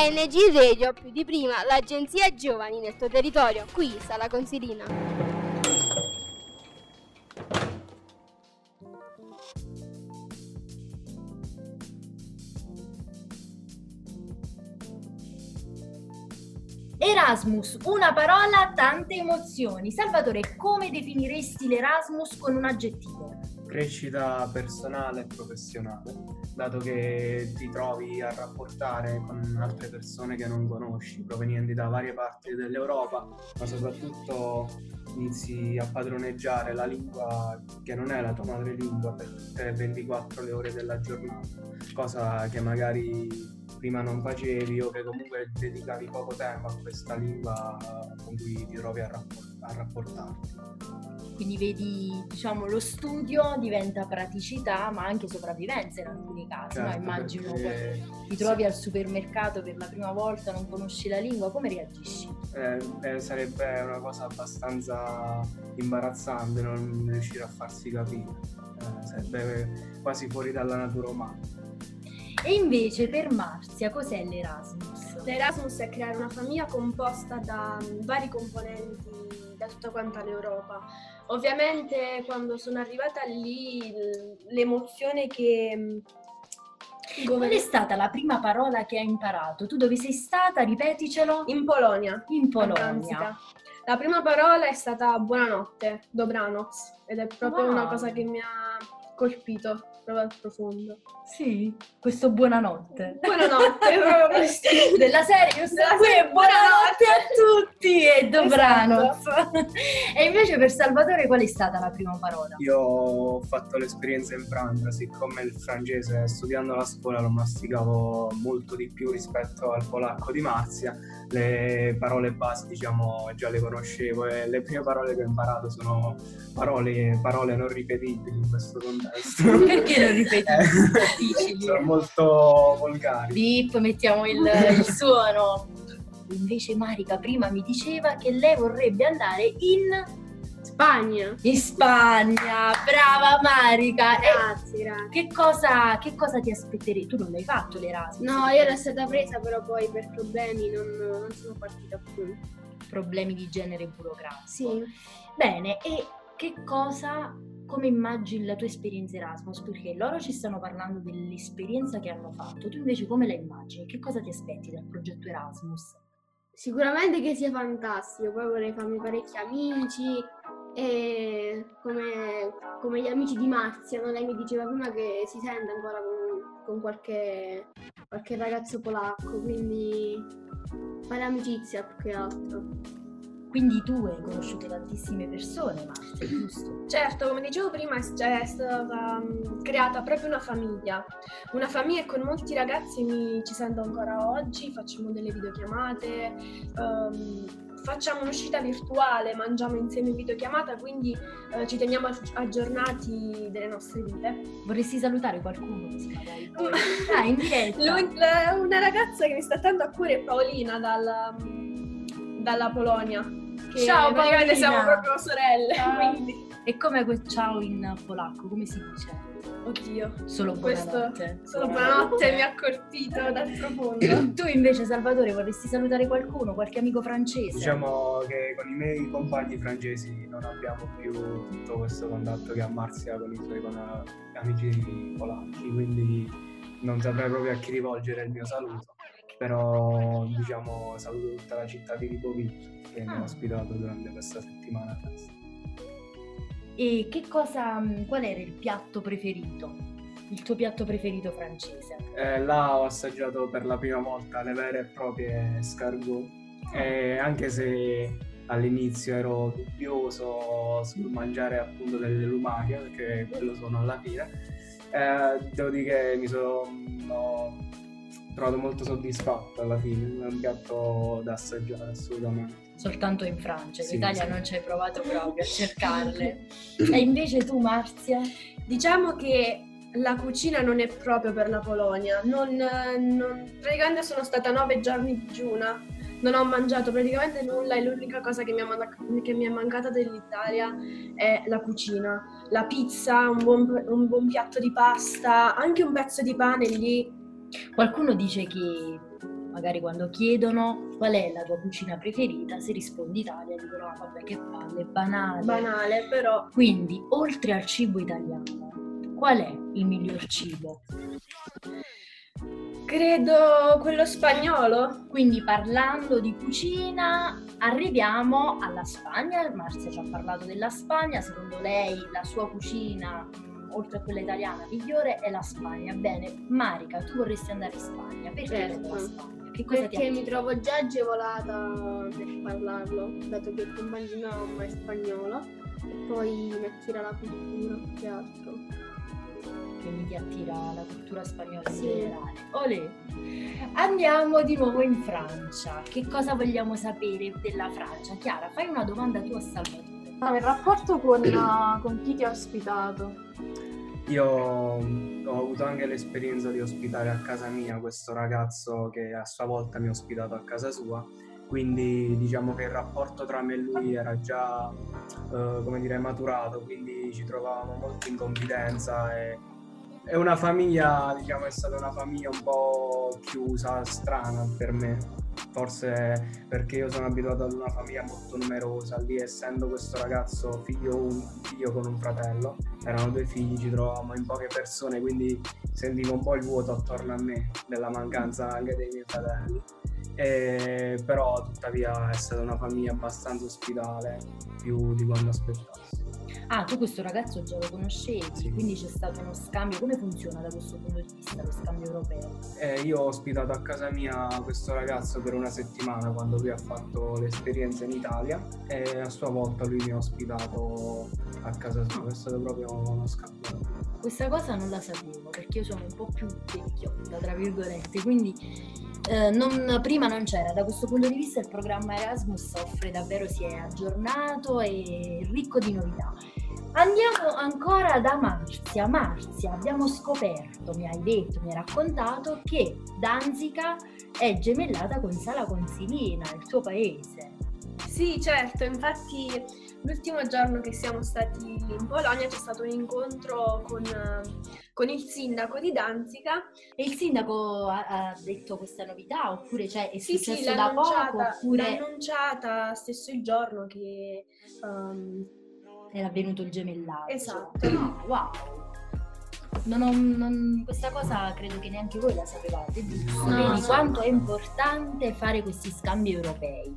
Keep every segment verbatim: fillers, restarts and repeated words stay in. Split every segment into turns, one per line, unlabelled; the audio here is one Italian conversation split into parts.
A N G Radio, più di prima, l'agenzia giovani nel tuo territorio. Qui sta la consilina.
Erasmus, una parola, tante emozioni. Salvatore, come definiresti l'Erasmus con un aggettivo?
Crescita personale e professionale, dato che ti trovi a rapportare con altre persone che non conosci, provenienti da varie parti dell'Europa, ma soprattutto inizi a padroneggiare la lingua che non è la tua madrelingua per tutte le ventiquattro le ore della giornata, cosa che magari prima non facevi o che comunque dedicavi poco tempo a questa lingua con cui ti trovi a, rapport- a rapportarti.
Quindi vedi, diciamo, lo studio diventa praticità, ma anche sopravvivenza in alcuni casi,
Certo,
no? Immagino
perché...
quando ti trovi al supermercato per la prima volta, non conosci la lingua, come reagisci?
Eh, eh, sarebbe una cosa abbastanza imbarazzante non riuscire a farsi capire, eh, sarebbe quasi fuori dalla natura umana.
E invece per Marzia cos'è l'Erasmus?
L'Erasmus è creare una famiglia composta da um, vari componenti da tutta quanta l'Europa. Ovviamente quando sono arrivata lì l- l'emozione che... um,
Qual è stata la prima parola che hai imparato? Tu dove sei stata? Ripeticelo.
In Polonia.
In
a Danzica.
Polonia.
La prima parola è stata buonanotte, dobranoc, ed è proprio
Wow.
una cosa che mi ha colpito proprio al profondo.
Sì, questo buonanotte.
Buonanotte, proprio questo.
Della serie, questo
Della
qui
serie,
è buonanotte a tutti e dobranoc.
Esatto.
E invece per Salvatore qual è stata la prima parola?
Io ho fatto l'esperienza in Francia, siccome il francese studiando alla scuola lo masticavo molto di più rispetto al polacco di Marzia, le parole base diciamo già le conoscevo e le prime parole che ho imparato sono parole, parole non ripetibili in questo contesto.
Perché non ripeti? Difficili.
Sono molto volgari.
Beep, mettiamo il, il suono. Invece Marica prima mi diceva che lei vorrebbe andare in
Spagna.
in Spagna. Brava Marica.
Grazie,
E
grazie.
che cosa, che cosa ti aspetterei? Tu non l'hai fatto l'Erasmus?
No, io ero stata presa, però poi per problemi non, non sono partita più.
Problemi di genere burocratico.
Sì.
Bene, e che cosa, come immagini la tua esperienza Erasmus? Perché loro ci stanno parlando dell'esperienza che hanno fatto, tu invece come la immagini? Che cosa ti aspetti dal progetto Erasmus?
Sicuramente che sia fantastico, poi vorrei farmi parecchi amici e come, come gli amici di Marzia, no? Lei mi diceva prima che si sente ancora con, con qualche, qualche ragazzo polacco, quindi fare amicizia più che altro.
Quindi tu hai conosciuto tantissime persone, Marzia, giusto?
Certo, come dicevo prima è, è stata um, creata proprio una famiglia, una famiglia e con molti ragazzi mi, ci sento ancora oggi, facciamo delle videochiamate, um, facciamo un'uscita virtuale, mangiamo insieme in videochiamata, quindi uh, ci teniamo aggiornati delle nostre vite.
Vorresti salutare qualcuno così magari poi? Ah, in diretta!
Lui- la- una ragazza che mi sta tanto a cuore è Paolina dalla, dalla Polonia. Che
Ciao,
praticamente
Paolina!
siamo proprio sorelle,
Ciao.
quindi
E come quel ciao in polacco, come si dice?
oddio.
Solo
Questo
buonanotte.
solo buonanotte mi ha colpito dal profondo.
Tu invece, Salvatore, vorresti salutare qualcuno, qualche amico francese?
Diciamo che con i miei compagni francesi non abbiamo più tutto questo contatto che ha Marzia con i suoi con- amici polacchi, quindi non saprei proprio a chi rivolgere il mio saluto, però diciamo saluto tutta la città di Lipovicz che mi ha
Ah.
ospitato durante questa settimana festa.
E che cosa, qual era il piatto preferito? Il tuo piatto preferito francese?
Eh, là ho assaggiato per la prima volta le vere e proprie escargot, e anche se all'inizio ero dubbioso sul mangiare appunto delle lumache, perché quello sono alla fine, eh, devo dire che mi sono trovato molto soddisfatto alla fine, è un piatto da assaggiare assolutamente.
Soltanto in Francia, in
Sì,
Italia
sì.
non ci hai provato proprio a cercarle. E invece tu, Marzia?
Diciamo che la cucina non è proprio per la Polonia. Non, non- praticamente sono stata nove giorni di digiuna, non ho mangiato praticamente nulla e l'unica cosa che mi, è man- che mi è mancata dell'Italia è la cucina. La pizza, un buon, un buon piatto di pasta, anche un pezzo di pane lì.
Qualcuno dice che magari quando chiedono qual è la tua cucina preferita, se rispondi Italia dicono ah, vabbè che palle, è banale.
Banale, però.
Quindi, oltre al cibo italiano, qual è il miglior cibo?
Credo quello spagnolo.
Quindi parlando di cucina arriviamo alla Spagna. Marzia ci ha parlato della Spagna, secondo lei la sua cucina oltre a quella italiana migliore è la Spagna. Bene, Marica, tu vorresti andare in Spagna, perché
Certo.
la Spagna? Che cosa ti
Perché mi
attira?
trovo già agevolata per parlarlo, dato che il compagno di mamma è spagnolo e poi mi attira la cultura più che altro.
Quindi ti attira la cultura spagnola in
Sì.
generale. Olè. Andiamo di nuovo in Francia. Che cosa vogliamo sapere della Francia? Chiara, fai una domanda tu a Salvatore.
Ah, il rapporto con, uh, con chi ti ha ospitato?
Io ho avuto anche l'esperienza di ospitare a casa mia questo ragazzo che a sua volta mi ha ospitato a casa sua, quindi diciamo che il rapporto tra me e lui era già eh, come dire maturato, quindi ci trovavamo molto in confidenza e è una famiglia, diciamo, è stata una famiglia un po' chiusa, strana per me, forse perché io sono abituato ad una famiglia molto numerosa, lì essendo questo ragazzo figlio, un figlio con un fratello, erano due figli, ci trovavamo in poche persone, quindi sentivo un po' il vuoto attorno a me, della mancanza anche dei miei fratelli. E, però tuttavia è stata una famiglia abbastanza ospitale, più di quando aspettassi.
Ah, tu questo ragazzo già lo conoscevi,
Sì.
quindi c'è stato uno scambio. Come funziona da questo punto di vista lo scambio europeo?
Eh, io ho ospitato a casa mia questo ragazzo per una settimana quando lui ha fatto l'esperienza in Italia e a sua volta lui mi ha ospitato a casa sua, è stato proprio uno scambio.
Questa cosa non la sapevo perché io sono un po' più vecchiotta, tra virgolette, quindi eh, non- prima non c'era. Da questo punto di vista il programma Erasmus offre davvero, si è aggiornato e ricco di novità. Andiamo ancora da Marzia. Marzia, abbiamo scoperto, mi hai detto, mi hai raccontato che Danzica è gemellata con Sala Consilina, il tuo paese.
Sì, certo, infatti l'ultimo giorno che siamo stati in Polonia c'è stato un incontro con, eh, con il sindaco di Danzica.
E il sindaco ha, ha detto questa novità oppure cioè, è
Sì,
successo
sì, l'ha
da poco
annunciata,
oppure
l'ha annunciata stesso il giorno che... ehm,
era avvenuto il gemellaggio?
Esatto.
Ah, wow! Non ho- non- questa cosa credo che neanche voi la sapevate, giusto?
No,
Vedi
no,
quanto
no.
è importante fare questi scambi europei.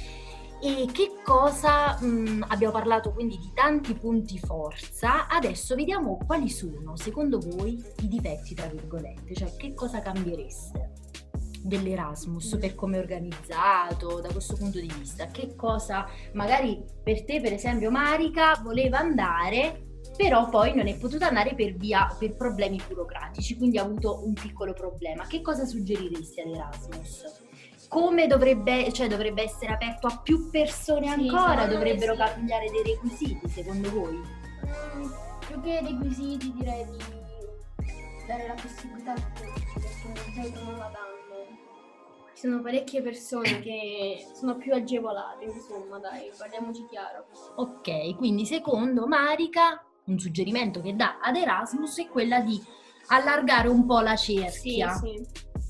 E che cosa, mh, abbiamo parlato quindi di tanti punti forza, adesso vediamo quali sono secondo voi i difetti, tra virgolette, cioè che cosa cambiereste dell'Erasmus per come è organizzato, da questo punto di vista, che cosa magari per te, per esempio Marica, voleva andare però poi non è potuta andare per via per problemi burocratici, quindi ha avuto un piccolo problema. Che cosa suggeriresti all'Erasmus? Come dovrebbe, cioè dovrebbe essere aperto a più persone
Sì,
ancora?
secondo me
Dovrebbero
sì.
cambiare dei requisiti, secondo voi?
Mm, più che requisiti direi di dare la possibilità a tutti, perché non sempre non la danno. Ci sono parecchie persone che sono più agevolate, insomma, dai, parliamoci chiaro.
Ok, quindi secondo Marica un suggerimento che dà ad Erasmus è quella di allargare un po' la
Sì,
cerchia
sì.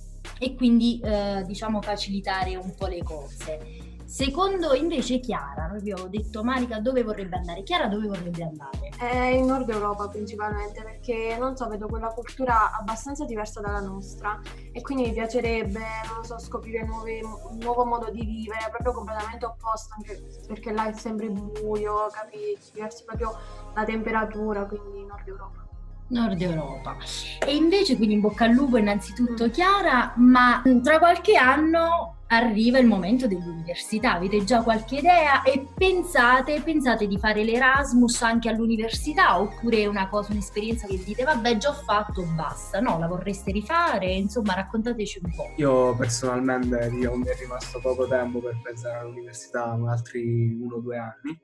e quindi eh, diciamo facilitare un po' le cose. Secondo invece Chiara, noi abbiamo detto Marica dove vorrebbe andare, Chiara dove vorrebbe andare?
È in Nord Europa principalmente perché, non so, vedo quella cultura abbastanza diversa dalla nostra e quindi mi piacerebbe, non so, scoprire nuove- un nuovo modo di vivere, proprio completamente opposto, anche perché là è sempre buio, capi, diversi proprio la temperatura, quindi Nord Europa.
Nord Europa. E invece quindi in bocca al lupo innanzitutto Chiara, ma tra qualche anno arriva il momento dell'università, avete già qualche idea e pensate, pensate di fare l'Erasmus anche all'università oppure è una cosa, un'esperienza che dite vabbè già ho fatto, basta, no, la vorreste rifare, insomma raccontateci un po'.
Io personalmente, diciamo, mi è rimasto poco tempo per pensare all'università, altri uno o due anni,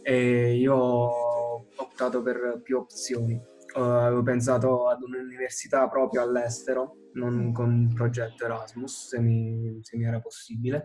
e io ho optato per più opzioni. Uh, avevo pensato ad un'università proprio all'estero, non con un progetto Erasmus, se mi, se mi era possibile,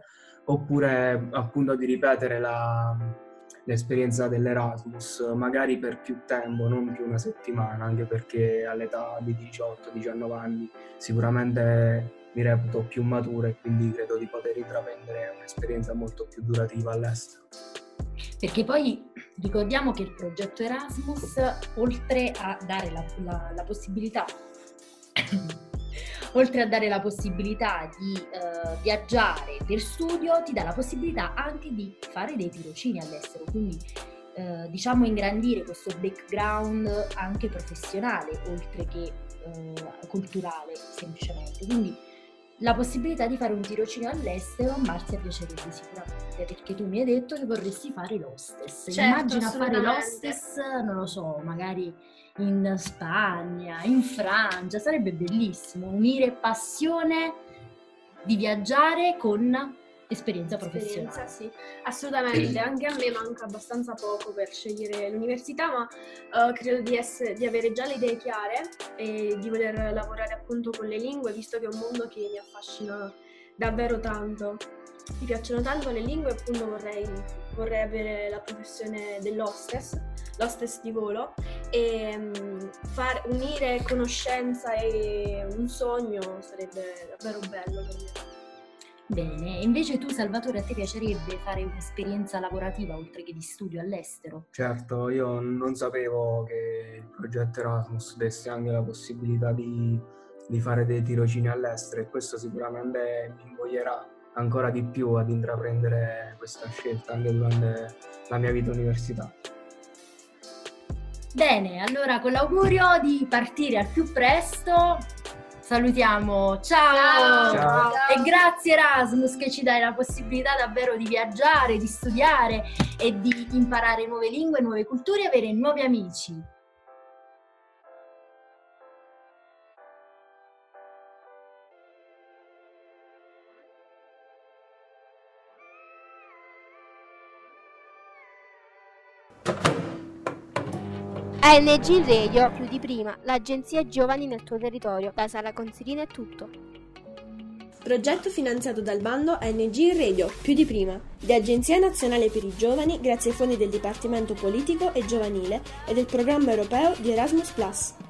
oppure appunto di ripetere la, l'esperienza dell'Erasmus, magari per più tempo, non più una settimana, anche perché all'età di diciotto diciannove anni sicuramente mi reputo più maturo e quindi credo di poter intraprendere un'esperienza molto più durativa all'estero.
Perché poi ricordiamo che il progetto Erasmus, oltre a dare la, la, la possibilità oltre a dare la possibilità di uh, viaggiare per studio, ti dà la possibilità anche di fare dei tirocini all'estero, quindi uh, diciamo ingrandire questo background anche professionale, oltre che uh, culturale semplicemente. Quindi la possibilità di fare un tirocinio all'estero a Marzia piacerebbe sicuramente, perché tu mi hai detto che vorresti fare l'hostess.
Certo,
Immagina fare
assolutamente.
l'hostess, non lo so, magari in Spagna, in Francia, sarebbe bellissimo unire passione di viaggiare con esperienza professionale.
Esperienza, sì, assolutamente. Anche a me manca abbastanza poco per scegliere l'università, ma uh, credo di, essere, di avere già le idee chiare e di voler lavorare appunto con le lingue, visto che è un mondo che mi affascina davvero tanto. Mi piacciono tanto le lingue, appunto vorrei, vorrei avere la professione dell'hostess, l'hostess di volo, e um, far unire conoscenza e un sogno sarebbe davvero bello per me.
Bene, e invece tu, Salvatore, a te piacerebbe fare un'esperienza lavorativa oltre che di studio all'estero?
Certo, io non sapevo che il progetto Erasmus desse anche la possibilità di, di fare dei tirocini all'estero, e questo sicuramente mi invoglierà ancora di più ad intraprendere questa scelta anche durante la mia vita universitaria.
Bene, allora con l'augurio di partire al più presto, salutiamo, ciao!
Ciao.
E grazie Erasmus che ci dai la possibilità davvero di viaggiare, di studiare e di imparare nuove lingue, nuove culture e avere nuovi amici.
A N G Radio, più di prima, l'agenzia giovani nel tuo territorio. Da Sara Consilina è tutto.
Progetto finanziato dal bando A N G Radio, più di prima, di Agenzia Nazionale per i Giovani grazie ai fondi del Dipartimento Politico e Giovanile e del programma europeo di Erasmus plus.